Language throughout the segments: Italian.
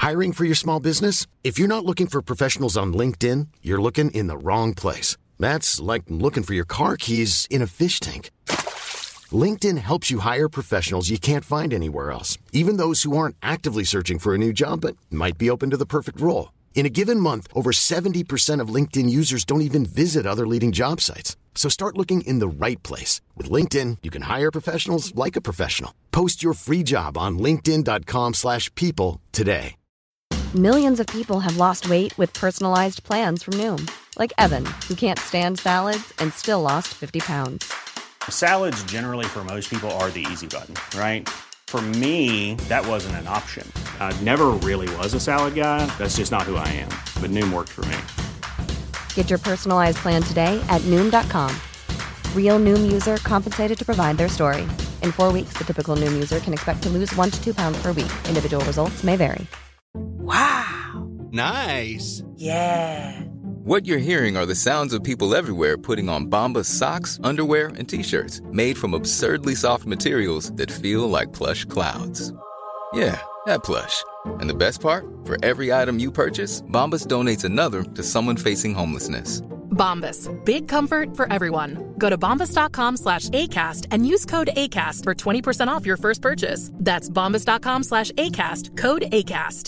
Hiring for your small business? If you're not looking for professionals on LinkedIn, you're looking in the wrong place. That's like looking for your car keys in a fish tank. LinkedIn helps you hire professionals you can't find anywhere else, even those who aren't actively searching for a new job but might be open to the perfect role. In a given month, over 70% of LinkedIn users don't even visit other leading job sites. So start looking in the right place. With LinkedIn, you can hire professionals like a professional. Post your free job on linkedin.com/people today. Millions of people have lost weight with personalized plans from Noom. Like Evan, who can't stand salads and still lost 50 pounds. Salads generally for most people are the easy button, right? For me, that wasn't an option. I never really was a salad guy. That's just not who I am. But Noom worked for me. Get your personalized plan today at Noom.com. Real Noom user compensated to provide their story. In 4 weeks, the typical Noom user can expect to lose 1 to 2 pounds per week. Individual results may vary. Wow! Nice! Yeah! What you're hearing are the sounds of people everywhere putting on Bombas socks, underwear, and T-shirts made from absurdly soft materials that feel like plush clouds. Yeah, that plush. And the best part? For every item you purchase, Bombas donates another to someone facing homelessness. Bombas. Big comfort for everyone. Go to bombas.com/ACAST and use code ACAST for 20% off your first purchase. That's bombas.com/ACAST. Code ACAST.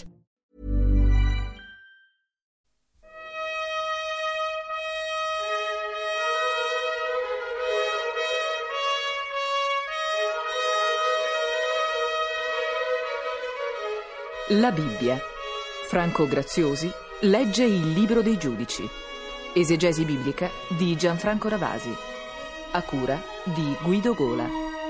La Bibbia. Franco Graziosi legge il Libro dei Giudici. Esegesi biblica di Gianfranco Ravasi. A cura di Guido Gola.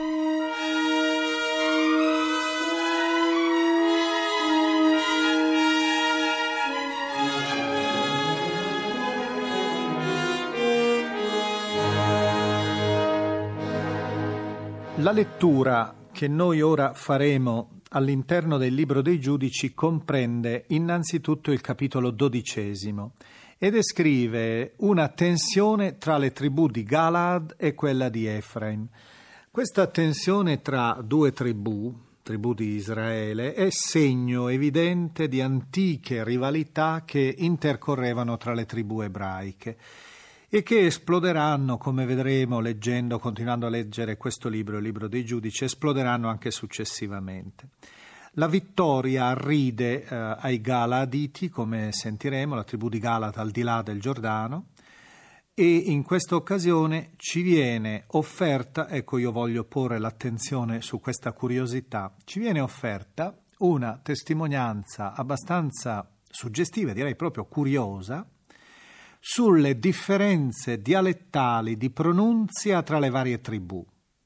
La lettura che noi ora faremo all'interno del Libro dei Giudici comprende innanzitutto il capitolo 12 e descrive una tensione tra le tribù di Galaad e quella di Efraim. Questa tensione tra due tribù di Israele, è segno evidente di antiche rivalità che intercorrevano tra le tribù ebraiche e che esploderanno, come vedremo continuando a leggere questo libro, il Libro dei Giudici, esploderanno anche successivamente. La vittoria arride ai Galaaditi, come sentiremo, la tribù di Galad al di là del Giordano, e in questa occasione ci viene offerta, ecco io voglio porre l'attenzione su questa curiosità, ci viene offerta una testimonianza abbastanza suggestiva, direi proprio curiosa, sulle differenze dialettali di pronunzia tra le varie tribù.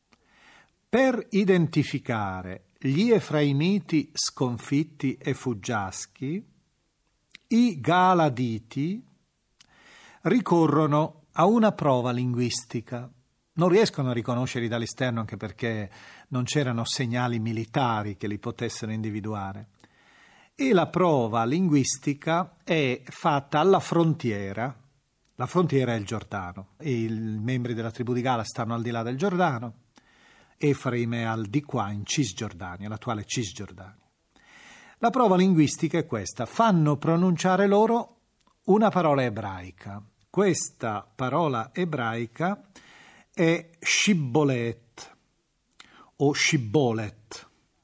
Per identificare gli Efraimiti sconfitti e fuggiaschi, i Galaditi ricorrono a una prova linguistica. Non riescono a riconoscerli dall'esterno anche perché non c'erano segnali militari che li potessero individuare. E la prova linguistica è fatta alla frontiera. La frontiera è il Giordano. I membri della tribù di Gala stanno al di là del Giordano. Efraim è al di qua in Cisgiordania, l'attuale Cisgiordania. La prova linguistica è questa: fanno pronunciare loro una parola ebraica. Questa parola ebraica è Shibbolet o Shibbolet.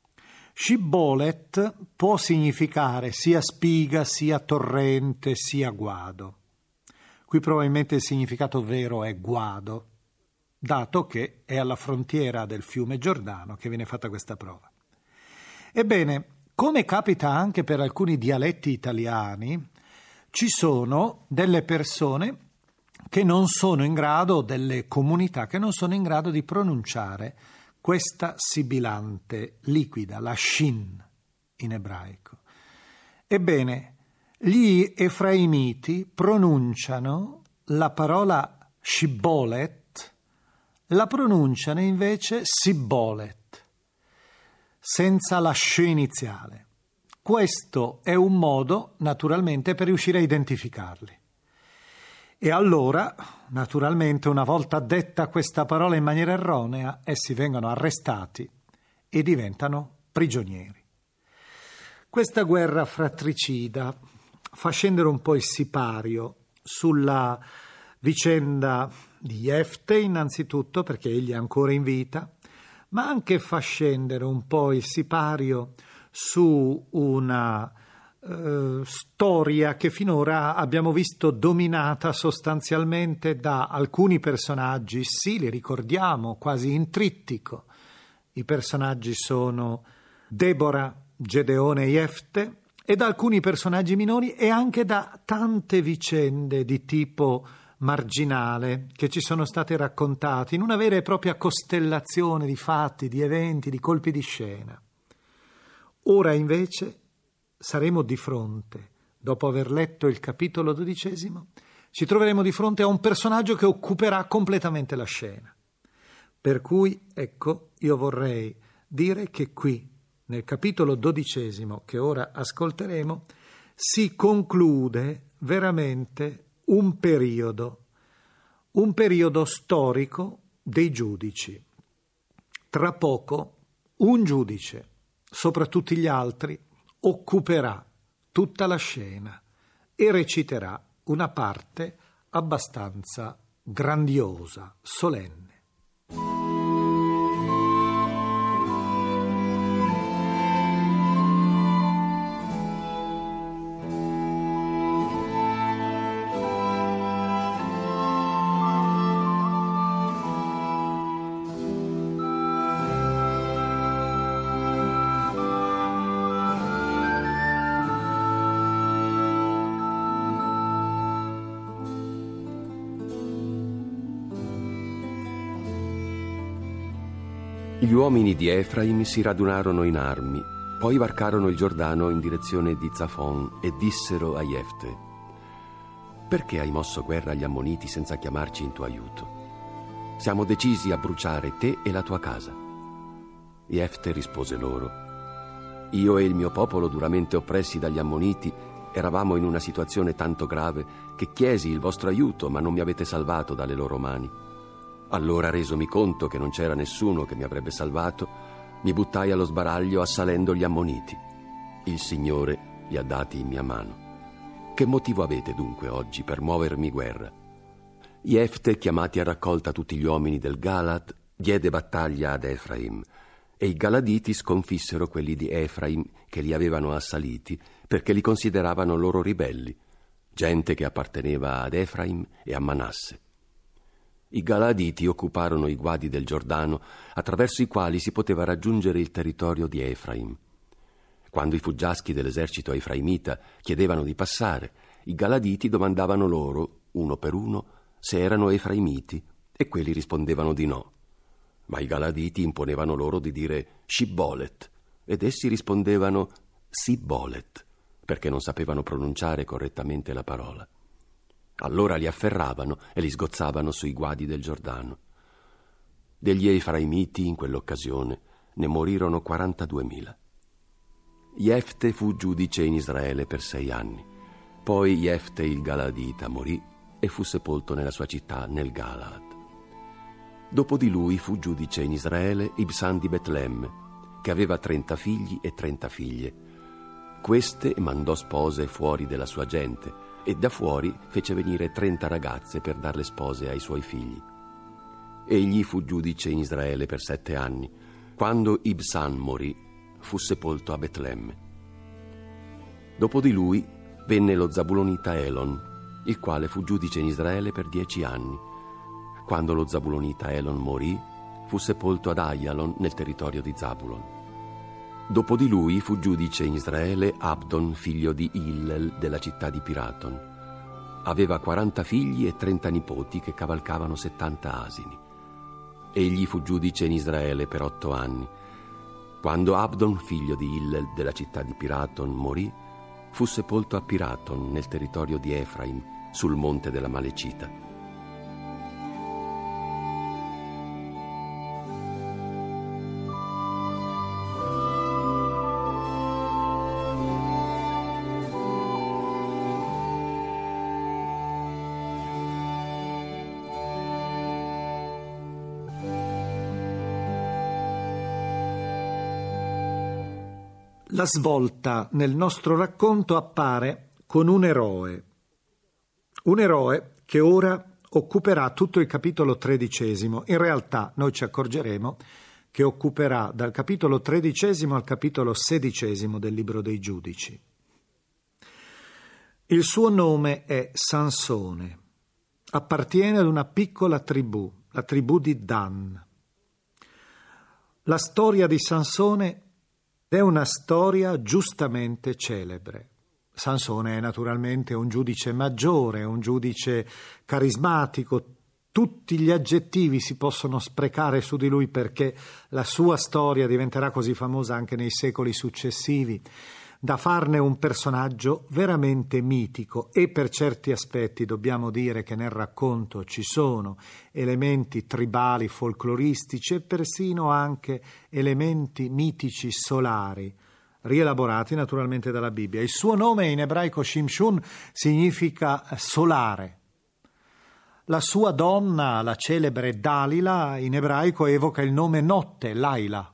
Shibbolet può significare sia spiga, sia torrente, sia guado. Qui probabilmente il significato vero è guado, dato che è alla frontiera del fiume Giordano che viene fatta questa prova. Ebbene, come capita anche per alcuni dialetti italiani, ci sono delle persone che non sono in grado, delle comunità che non sono in grado di pronunciare questa sibilante liquida, la shin in ebraico. Ebbene, gli Efraimiti pronunciano la parola Shibbolet, la pronunciano invece Sibbolet, senza la sh iniziale. Questo è un modo, naturalmente, per riuscire a identificarli. E allora, naturalmente, una volta detta questa parola in maniera erronea, essi vengono arrestati e diventano prigionieri. Questa guerra fratricida fa scendere un po' il sipario sulla vicenda di Jefte, innanzitutto perché egli è ancora in vita, ma anche fa scendere un po' il sipario su una storia che finora abbiamo visto dominata sostanzialmente da alcuni personaggi, sì, li ricordiamo, quasi in trittico. I personaggi sono Deborah, Gedeone e Jefte, e da alcuni personaggi minori e anche da tante vicende di tipo marginale che ci sono state raccontate in una vera e propria costellazione di fatti, di eventi, di colpi di scena. Ora invece saremo di fronte, dopo aver letto il capitolo 12, ci troveremo di fronte a un personaggio che occuperà completamente la scena. Per cui, ecco, io vorrei dire che qui, nel capitolo 12, che ora ascolteremo, si conclude veramente un periodo storico dei giudici. Tra poco un giudice, sopra tutti gli altri, occuperà tutta la scena e reciterà una parte abbastanza grandiosa, solenne. Gli uomini di Efraim si radunarono in armi, poi varcarono il Giordano in direzione di Zafon e dissero a Jefte: «Perché hai mosso guerra agli Ammoniti senza chiamarci in tuo aiuto? Siamo decisi a bruciare te e la tua casa». Jefte rispose loro: «Io e il mio popolo, duramente oppressi dagli Ammoniti, eravamo in una situazione tanto grave che chiesi il vostro aiuto, ma non mi avete salvato dalle loro mani. Allora, resomi conto che non c'era nessuno che mi avrebbe salvato, mi buttai allo sbaraglio assalendo gli Ammoniti. Il Signore li ha dati in mia mano. Che motivo avete dunque oggi per muovermi guerra?» Jefte, chiamati a raccolta tutti gli uomini del Galad, diede battaglia ad Efraim, e i Galaditi sconfissero quelli di Efraim che li avevano assaliti, perché li consideravano loro ribelli, gente che apparteneva ad Efraim e a Manasse. I Galaditi occuparono i guadi del Giordano, attraverso i quali si poteva raggiungere il territorio di Efraim. Quando i fuggiaschi dell'esercito efraimita chiedevano di passare, i Galaditi domandavano loro, uno per uno, se erano efraimiti, e quelli rispondevano di no. Ma i Galaditi imponevano loro di dire Shibbolet, ed essi rispondevano Sibbolet, perché non sapevano pronunciare correttamente la parola. Allora li afferravano e li sgozzavano sui guadi del Giordano. Degli efraimiti in quell'occasione ne morirono 42.000. Jefte fu giudice in Israele per 6 anni. Poi Jefte il Galadita morì e fu sepolto nella sua città, nel Galad. Dopo di lui fu giudice in Israele Ibsan di Betlemme, che aveva 30 figli e 30 figlie. Queste mandò spose fuori della sua gente, e da fuori fece venire 30 ragazze per darle spose ai suoi figli. Egli fu giudice in Israele per 7 anni. Quando Ibsan morì, fu sepolto a Betlemme. Dopo di lui venne lo Zabulonita Elon, il quale fu giudice in Israele per 10 anni. Quando lo Zabulonita Elon morì, fu sepolto ad Ayalon nel territorio di Zabulon. Dopo di lui fu giudice in Israele Abdon, figlio di Hillel, della città di Piraton. Aveva 40 figli e 30 nipoti che cavalcavano 70 asini. Egli fu giudice in Israele per 8 anni. Quando Abdon, figlio di Hillel, della città di Piraton, morì, fu sepolto a Piraton, nel territorio di Efraim, sul monte della Malecita. La svolta nel nostro racconto appare con un eroe che ora occuperà tutto il capitolo 13. In realtà noi ci accorgeremo che occuperà dal capitolo 13 al capitolo 16 del Libro dei Giudici. Il suo nome è Sansone, appartiene ad una piccola tribù, la tribù di Dan. La storia di Sansone è una storia giustamente celebre. Sansone è naturalmente un giudice maggiore, un giudice carismatico. Tutti gli aggettivi si possono sprecare su di lui perché la sua storia diventerà così famosa anche nei secoli successivi, da farne un personaggio veramente mitico. E per certi aspetti dobbiamo dire che nel racconto ci sono elementi tribali, folcloristici e persino anche elementi mitici solari, rielaborati naturalmente dalla Bibbia. Il suo nome in ebraico Shimshun significa solare. La sua donna, la celebre Dalila, in ebraico evoca il nome notte, Laila.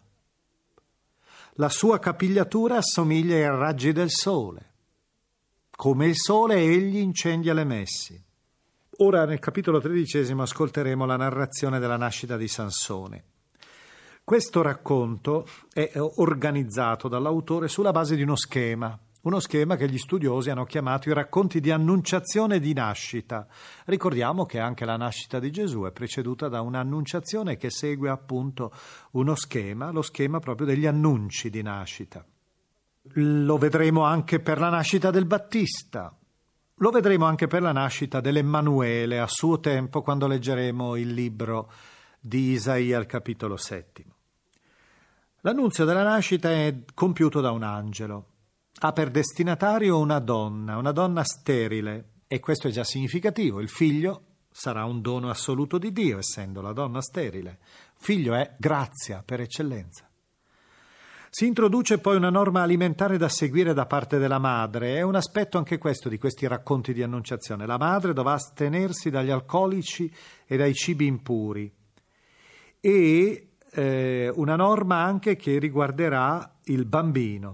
La sua capigliatura assomiglia ai raggi del sole. Come il sole egli incendia le messi. Ora nel capitolo 13 ascolteremo la narrazione della nascita di Sansone. Questo racconto è organizzato dall'autore sulla base di uno schema che gli studiosi hanno chiamato i racconti di annunciazione e di nascita. Ricordiamo che anche la nascita di Gesù è preceduta da un'annunciazione che segue appunto uno schema, lo schema proprio degli annunci di nascita. Lo vedremo anche per la nascita del Battista, lo vedremo anche per la nascita dell'Emmanuele a suo tempo quando leggeremo il libro di Isaia al capitolo 7. L'annunzio della nascita è compiuto da un angelo. Ha per destinatario una donna sterile, e questo è già significativo. Il figlio sarà un dono assoluto di Dio, essendo la donna sterile. Figlio è grazia per eccellenza. Si introduce poi una norma alimentare da seguire da parte della madre. È un aspetto anche questo di questi racconti di annunciazione. La madre dovrà astenersi dagli alcolici e dai cibi impuri. E una norma anche che riguarderà il bambino.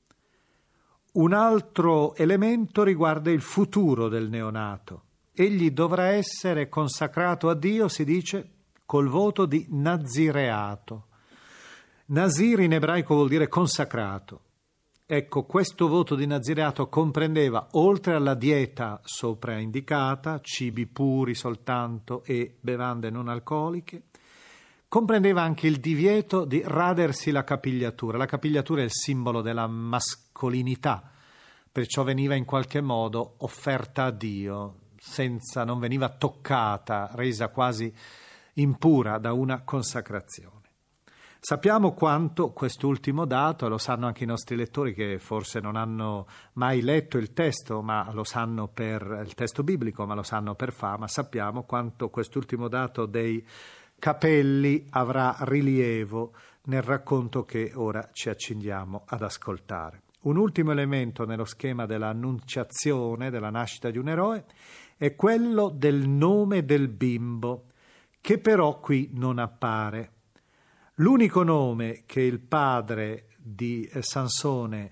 Un altro elemento riguarda il futuro del neonato. Egli dovrà essere consacrato a Dio, si dice, col voto di nazireato. Nazir in ebraico vuol dire consacrato. Ecco, questo voto di nazireato comprendeva, oltre alla dieta sopra indicata, cibi puri soltanto e bevande non alcoliche, comprendeva anche il divieto di radersi la capigliatura. La capigliatura è il simbolo della mascolinità, perciò veniva in qualche modo offerta a Dio, non veniva toccata, resa quasi impura da una consacrazione. Sappiamo quanto quest'ultimo dato, e lo sanno anche i nostri lettori che forse non hanno mai letto il testo, ma lo sanno per il testo biblico, ma lo sanno per fama, sappiamo quanto quest'ultimo dato dei capelli avrà rilievo nel racconto che ora ci accingiamo ad ascoltare. Un ultimo elemento nello schema dell'annunciazione, della nascita di un eroe, è quello del nome del bimbo, che però qui non appare. L'unico nome che il padre di Sansone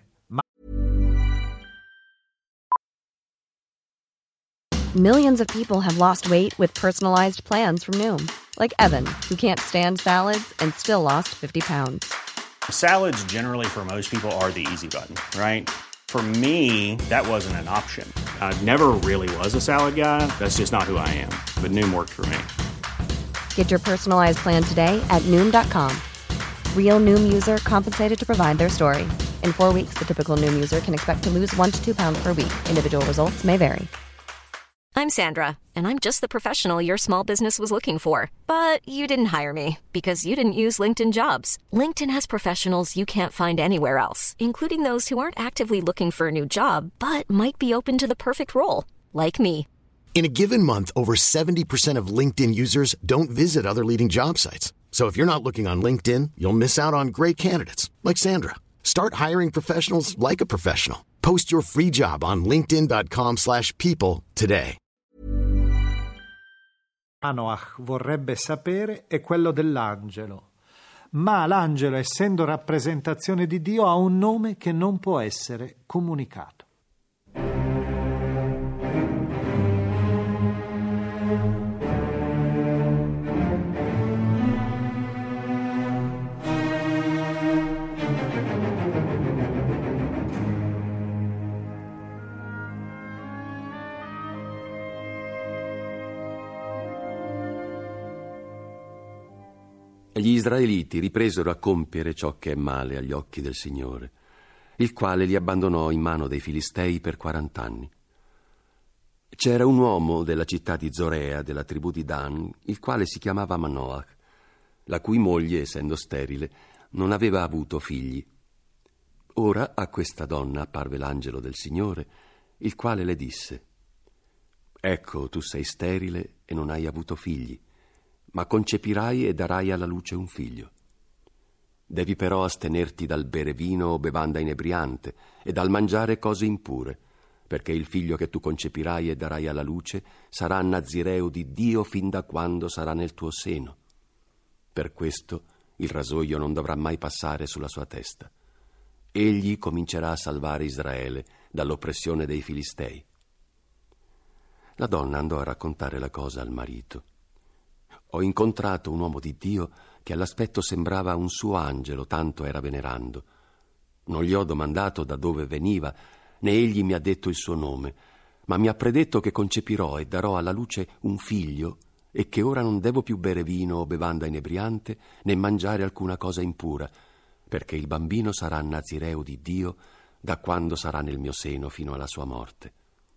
Millions of people have lost weight with personalized plans from Noom. Like Evan, who can't stand salads and still lost 50 pounds. Salads generally for most people are the easy button, right? For me, that wasn't an option. I never really was a salad guy. That's just not who I am. But Noom worked for me. Get your personalized plan today at Noom.com. Real Noom user compensated to provide their story. In 4 weeks, the typical Noom user can expect to lose 1 to 2 pounds per week. Individual results may vary. I'm Sandra, and I'm just the professional your small business was looking for. But you didn't hire me because you didn't use LinkedIn Jobs. LinkedIn has professionals you can't find anywhere else, including those who aren't actively looking for a new job, but might be open to the perfect role, like me. In a given month, over 70% of LinkedIn users don't visit other leading job sites. So if you're not looking on LinkedIn, you'll miss out on great candidates like Sandra. Start hiring professionals like a professional. Post your free job on linkedin.com/people today. Manoach vorrebbe sapere è quello dell'angelo. ma l'angelo, essendo rappresentazione di Dio, ha un nome che non può essere comunicato. Gli israeliti ripresero a compiere ciò che è male agli occhi del Signore, il quale li abbandonò in mano dei Filistei per 40 anni. C'era un uomo della città di Zorea, della tribù di Dan, il quale si chiamava Manoach, la cui moglie, essendo sterile, non aveva avuto figli. Ora a questa donna apparve l'angelo del Signore, il quale le disse: «Ecco, tu sei sterile e non hai avuto figli, ma concepirai e darai alla luce un figlio. Devi però astenerti dal bere vino o bevanda inebriante e dal mangiare cose impure, perché il figlio che tu concepirai e darai alla luce sarà nazireo di Dio fin da quando sarà nel tuo seno. Per questo il rasoio non dovrà mai passare sulla sua testa. Egli comincerà a salvare Israele dall'oppressione dei Filistei». La donna andò a raccontare la cosa al marito. «Ho incontrato un uomo di Dio che all'aspetto sembrava un suo angelo, tanto era venerando. Non gli ho domandato da dove veniva, né egli mi ha detto il suo nome, ma mi ha predetto che concepirò e darò alla luce un figlio e che ora non devo più bere vino o bevanda inebriante né mangiare alcuna cosa impura, perché il bambino sarà nazireo di Dio da quando sarà nel mio seno fino alla sua morte».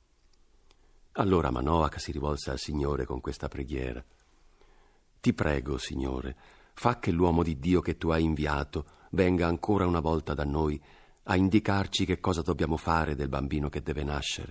Allora Manoach si rivolse al Signore con questa preghiera: «Ti prego, Signore, fa che l'uomo di Dio che tu hai inviato venga ancora una volta da noi a indicarci che cosa dobbiamo fare del bambino che deve nascere».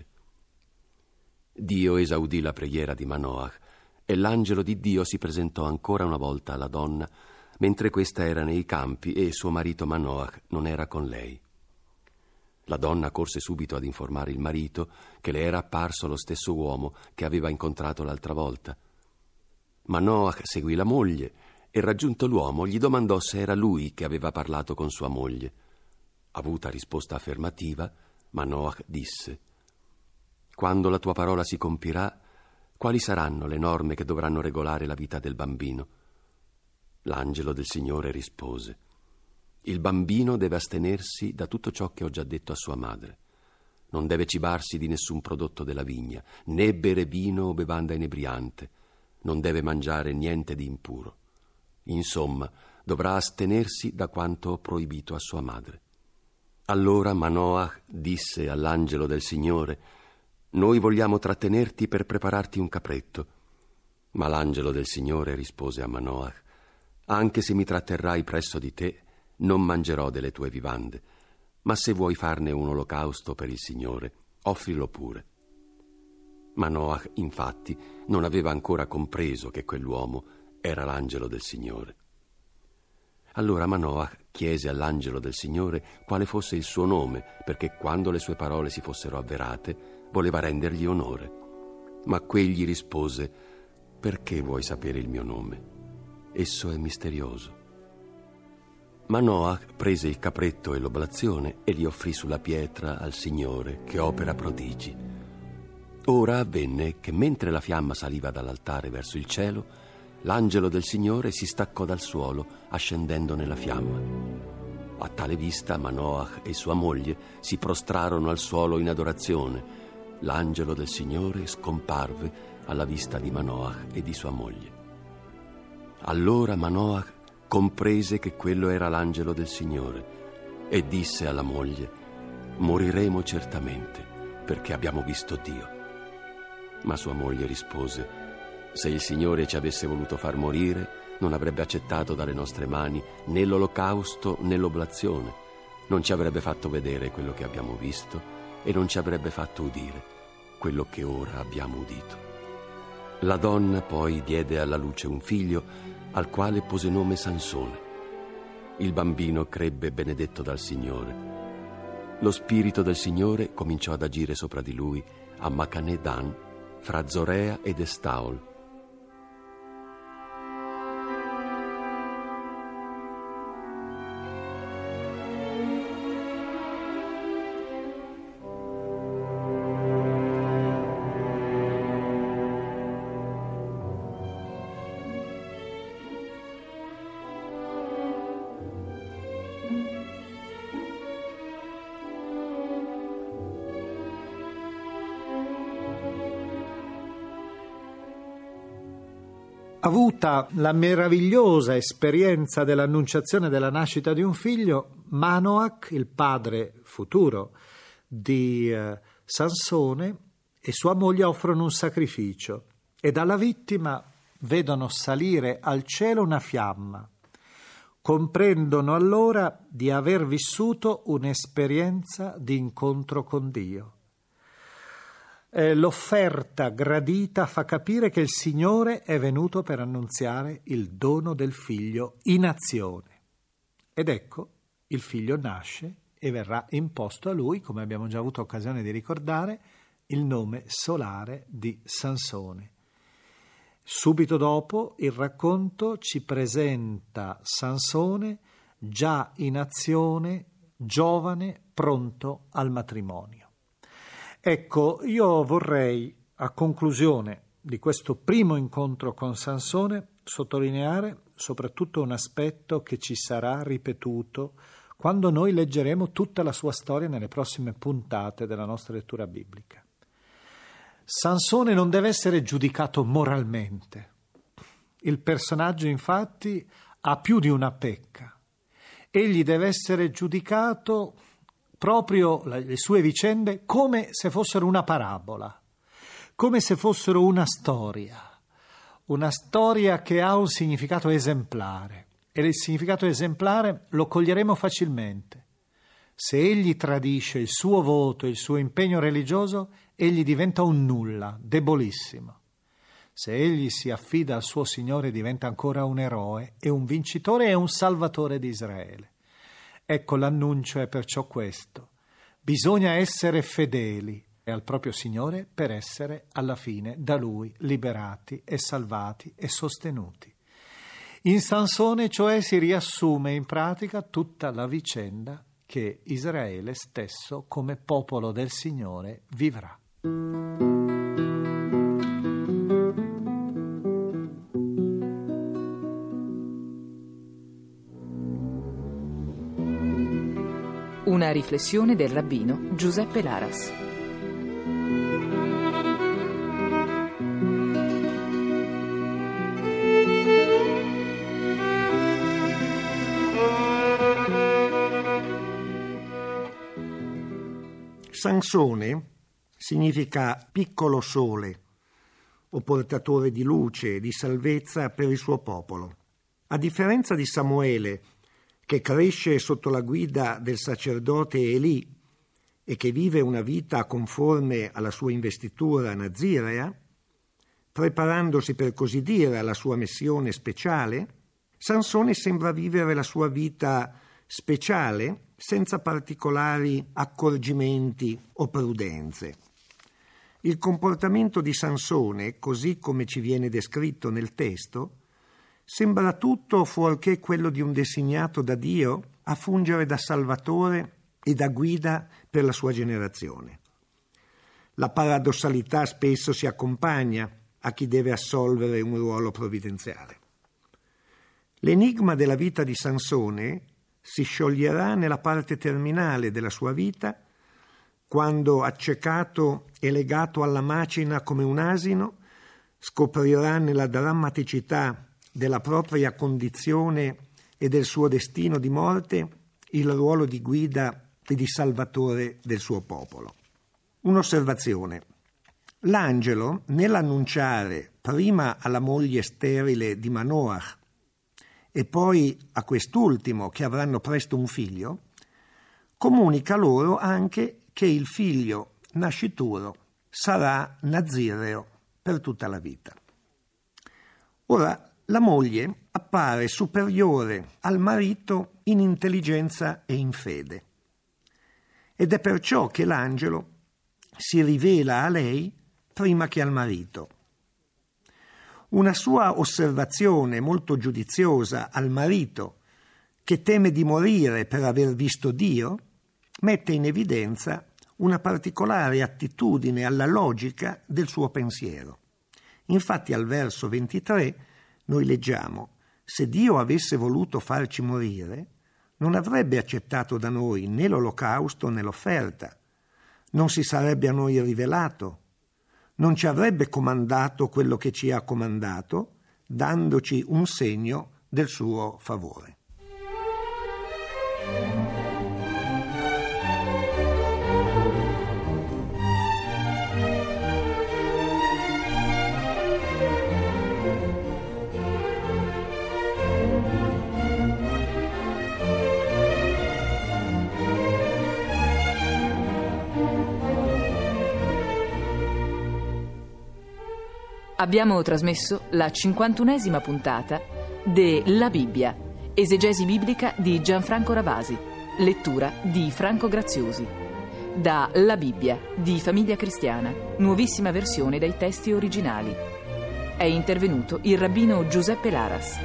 Dio esaudì la preghiera di Manoach e l'angelo di Dio si presentò ancora una volta alla donna mentre questa era nei campi e suo marito Manoach non era con lei. La donna corse subito ad informare il marito che le era apparso lo stesso uomo che aveva incontrato l'altra volta. Manoach seguì la moglie e, raggiunto l'uomo, gli domandò se era lui che aveva parlato con sua moglie. Avuta risposta affermativa, Manoach disse: «Quando la tua parola si compirà, quali saranno le norme che dovranno regolare la vita del bambino?» L'angelo del Signore rispose: «Il bambino deve astenersi da tutto ciò che ho già detto a sua madre. Non deve cibarsi di nessun prodotto della vigna, né bere vino o bevanda inebriante. Non deve mangiare niente di impuro. Insomma, dovrà astenersi da quanto ho proibito a sua madre». Allora Manoach disse all'angelo del Signore: «Noi vogliamo trattenerti per prepararti un capretto». Ma l'angelo del Signore rispose a Manoach: «Anche se mi tratterrai presso di te, non mangerò delle tue vivande, ma se vuoi farne un olocausto per il Signore, offrilo pure». Manoach, infatti, non aveva ancora compreso che quell'uomo era l'angelo del Signore. Allora Manoach chiese all'angelo del Signore quale fosse il suo nome, perché quando le sue parole si fossero avverate, voleva rendergli onore. Ma quegli rispose: «Perché vuoi sapere il mio nome? Esso è misterioso». Manoach prese il capretto e l'oblazione e li offrì sulla pietra al Signore che opera prodigi. Ora avvenne che mentre la fiamma saliva dall'altare verso il cielo, l'angelo del Signore si staccò dal suolo ascendendo nella fiamma. A tale vista Manoach e sua moglie si prostrarono al suolo in adorazione. L'angelo del Signore scomparve alla vista di Manoach e di sua moglie. Allora Manoach comprese che quello era l'angelo del Signore e disse alla moglie: «Moriremo certamente, perché abbiamo visto Dio». Ma sua moglie rispose: «Se il Signore ci avesse voluto far morire, non avrebbe accettato dalle nostre mani né l'olocausto né l'oblazione, non ci avrebbe fatto vedere quello che abbiamo visto e non ci avrebbe fatto udire quello che ora abbiamo udito». La donna poi diede alla luce un figlio, al quale pose nome Sansone. Il bambino crebbe benedetto dal Signore. Lo spirito del Signore cominciò ad agire sopra di lui a Macanè Dan, fra Zorea ed Estaol. Avuta la meravigliosa esperienza dell'annunciazione della nascita di un figlio, Manoach, il padre futuro di Sansone, e sua moglie offrono un sacrificio e dalla vittima vedono salire al cielo una fiamma. Comprendono allora di aver vissuto un'esperienza di incontro con Dio. L'offerta gradita fa capire che il Signore è venuto per annunziare il dono del figlio in azione. Ed ecco, il figlio nasce e verrà imposto a lui, come abbiamo già avuto occasione di ricordare, il nome solare di Sansone. Subito dopo il racconto ci presenta Sansone già in azione, giovane, pronto al matrimonio. Ecco, io vorrei, a conclusione di questo primo incontro con Sansone, sottolineare soprattutto un aspetto che ci sarà ripetuto quando noi leggeremo tutta la sua storia nelle prossime puntate della nostra lettura biblica. Sansone non deve essere giudicato moralmente. Il personaggio, infatti, ha più di una pecca. Egli deve essere giudicato proprio le sue vicende come se fossero una parabola, come se fossero una storia che ha un significato esemplare, e il significato esemplare lo coglieremo facilmente. Se egli tradisce il suo voto, il suo impegno religioso, egli diventa un nulla, debolissimo. Se egli si affida al suo Signore, diventa ancora un eroe e un vincitore e un salvatore di Israele. Ecco, l'annuncio è perciò questo: bisogna essere fedeli al proprio Signore per essere alla fine da Lui liberati e salvati e sostenuti. In Sansone, cioè, si riassume in pratica tutta la vicenda che Israele stesso, come popolo del Signore, vivrà. Una riflessione del rabbino Giuseppe Laras. Sansone significa piccolo sole o portatore di luce e di salvezza per il suo popolo. A differenza di Samuele, che cresce sotto la guida del sacerdote Elì e che vive una vita conforme alla sua investitura nazirea, preparandosi per così dire alla sua missione speciale, Sansone sembra vivere la sua vita speciale senza particolari accorgimenti o prudenze. Il comportamento di Sansone, così come ci viene descritto nel testo, sembra tutto fuorché quello di un designato da Dio a fungere da salvatore e da guida per la sua generazione. La paradossalità spesso si accompagna a chi deve assolvere un ruolo provvidenziale. L'enigma della vita di Sansone si scioglierà nella parte terminale della sua vita, quando, accecato e legato alla macina come un asino, scoprirà nella drammaticità della propria condizione e del suo destino di morte il ruolo di guida e di salvatore del suo popolo. Un'osservazione. L'angelo, nell'annunciare prima alla moglie sterile di Manoach e poi a quest'ultimo che avranno presto un figlio, comunica loro anche che il figlio nascituro sarà nazireo per tutta la vita. Ora, la moglie appare superiore al marito in intelligenza e in fede, ed è perciò che l'angelo si rivela a lei prima che al marito. Una sua osservazione molto giudiziosa al marito, che teme di morire per aver visto Dio, mette in evidenza una particolare attitudine alla logica del suo pensiero. Infatti al verso 23 noi leggiamo: se Dio avesse voluto farci morire, non avrebbe accettato da noi né l'olocausto né l'offerta, non si sarebbe a noi rivelato, non ci avrebbe comandato quello che ci ha comandato, dandoci un segno del suo favore. Abbiamo trasmesso la 51esima puntata de La Bibbia, esegesi biblica di Gianfranco Ravasi, lettura di Franco Graziosi. Da La Bibbia di Famiglia Cristiana, nuovissima versione dai testi originali. È intervenuto il rabbino Giuseppe Laras.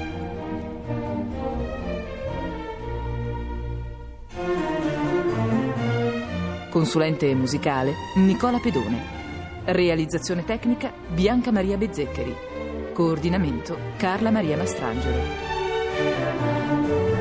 Consulente musicale Nicola Pedone. Realizzazione tecnica Bianca Maria Bezzeccheri. Coordinamento Carla Maria Mastrangelo.